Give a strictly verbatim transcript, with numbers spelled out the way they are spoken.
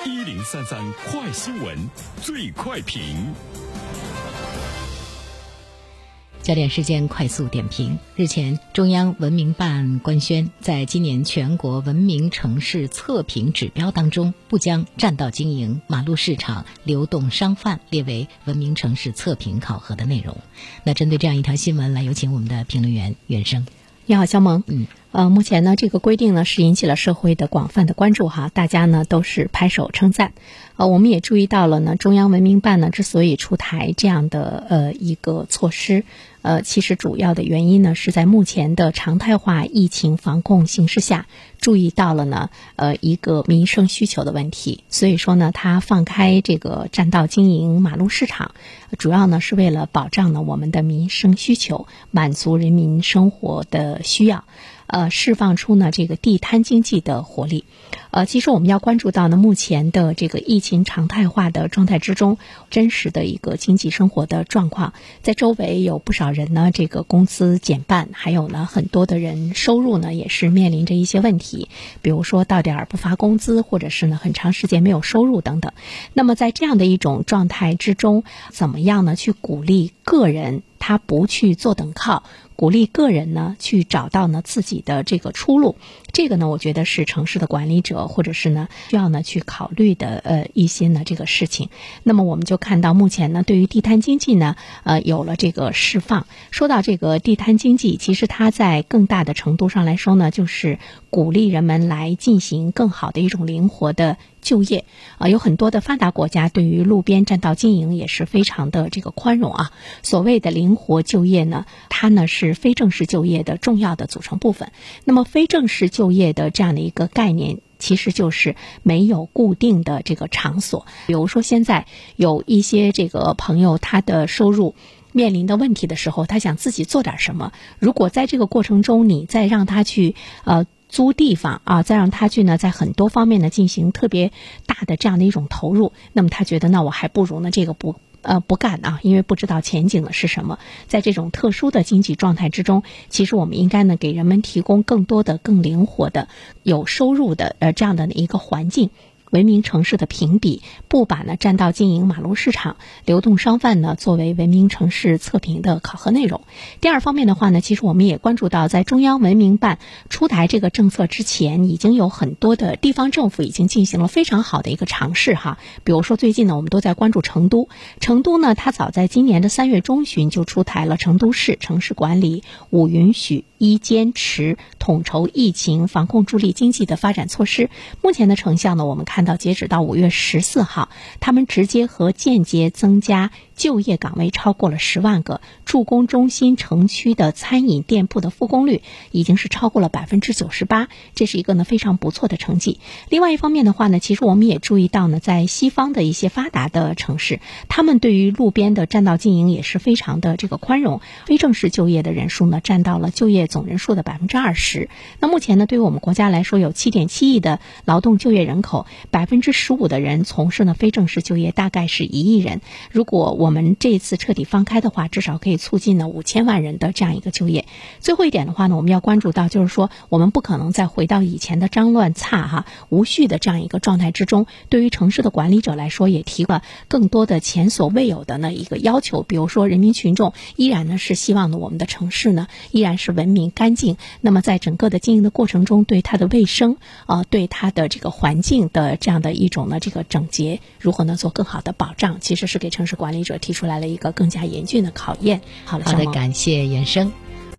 一零三三快新闻最快评。 焦点事件快速点评。日前，中央文明办官宣，在今年全国文明城市测评指标当中，不将占道经营、马路市场、流动商贩列为文明城市测评考核的内容。那针对这样一条新闻，来有请我们的评论员袁生。 你好，肖萌。 嗯， 呃，目前呢，这个规定呢是引起了社会的广泛的关注哈，大家呢都是拍手称赞。呃，我们也注意到了呢，中央文明办呢之所以出台这样的呃一个措施，呃，其实主要的原因呢是在目前的常态化疫情防控形势下，注意到了呢呃一个民生需求的问题，所以说呢，它放开这个占道经营、马路市场，主要呢是为了保障呢我们的民生需求，满足人民生活的需要。呃，释放出呢这个地摊经济的活力。呃，其实我们要关注到呢，目前的这个疫情常态化的状态之中，真实的一个经济生活的状况，在周围有不少人呢，这个工资减半，还有呢很多的人收入呢也是面临着一些问题，比如说到点儿不发工资，或者是呢很长时间没有收入等等。那么在这样的一种状态之中，怎么样呢去鼓励个人他不去做等靠，鼓励个人呢去找到呢自己的这个出路，这个呢我觉得是城市的管理者或者是呢需要呢去考虑的呃一些呢这个事情。那么我们就看到目前呢对于地摊经济呢呃有了这个释放。说到这个地摊经济，其实它在更大的程度上来说呢，就是鼓励人们来进行更好的一种灵活的就业啊、呃，有很多的发达国家对于路边占道经营也是非常的这个宽容啊。所谓的灵活就业呢，它呢是非正式就业的重要的组成部分。那么非正式就业的这样的一个概念，其实就是没有固定的这个场所。比如说现在有一些这个朋友，他的收入面临的问题的时候，他想自己做点什么，如果在这个过程中你再让他去呃租地方啊，再让他去呢在很多方面呢进行特别大的这样的一种投入，那么他觉得那我还不如呢这个不呃不干啊，因为不知道前景的是什么。在这种特殊的经济状态之中，其实我们应该呢给人们提供更多的更灵活的有收入的呃这样的一个环境。文明城市的评比，不把呢占道经营、马路市场、流动商贩呢作为文明城市测评的考核内容。第二方面的话呢，其实我们也关注到，在中央文明办出台这个政策之前，已经有很多的地方政府已经进行了非常好的一个尝试哈。比如说最近呢，我们都在关注成都，成都呢，它早在今年的三月中旬就出台了成都市城市管理五允许一坚持统筹疫情防控助力经济的发展措施。目前的成效呢，我们看到截止到五月十四号，他们直接和间接增加就业岗位超过了十万个，助攻中心城区的餐饮店铺的复工率已经是超过了百分之九十八，这是一个呢非常不错的成绩。另外一方面的话呢，其实我们也注意到呢，在西方的一些发达的城市，他们对于路边的占道经营也是非常的这个宽容，非正式就业的人数呢占到了就业总人数的百分之二十。那目前呢，对于我们国家来说，有七点七亿的劳动就业人口，百分之十五的人从事呢非正式就业，大概是一亿人。如果我们这一次彻底放开的话，至少可以促进呢五千万人的这样一个就业。最后一点的话呢，我们要关注到，就是说我们不可能再回到以前的脏乱差哈无序的这样一个状态之中。对于城市的管理者来说，也提了更多的前所未有的呢一个要求。比如说，人民群众依然呢是希望呢我们的城市呢依然是文明干净。那么在整个的经营的过程中，对它的卫生啊、呃，对它的这个环境的这样的一种呢这个整洁，如何呢做更好的保障，其实是给城市管理者提出来了一个更加严峻的考验。好了， 好的，感谢袁生。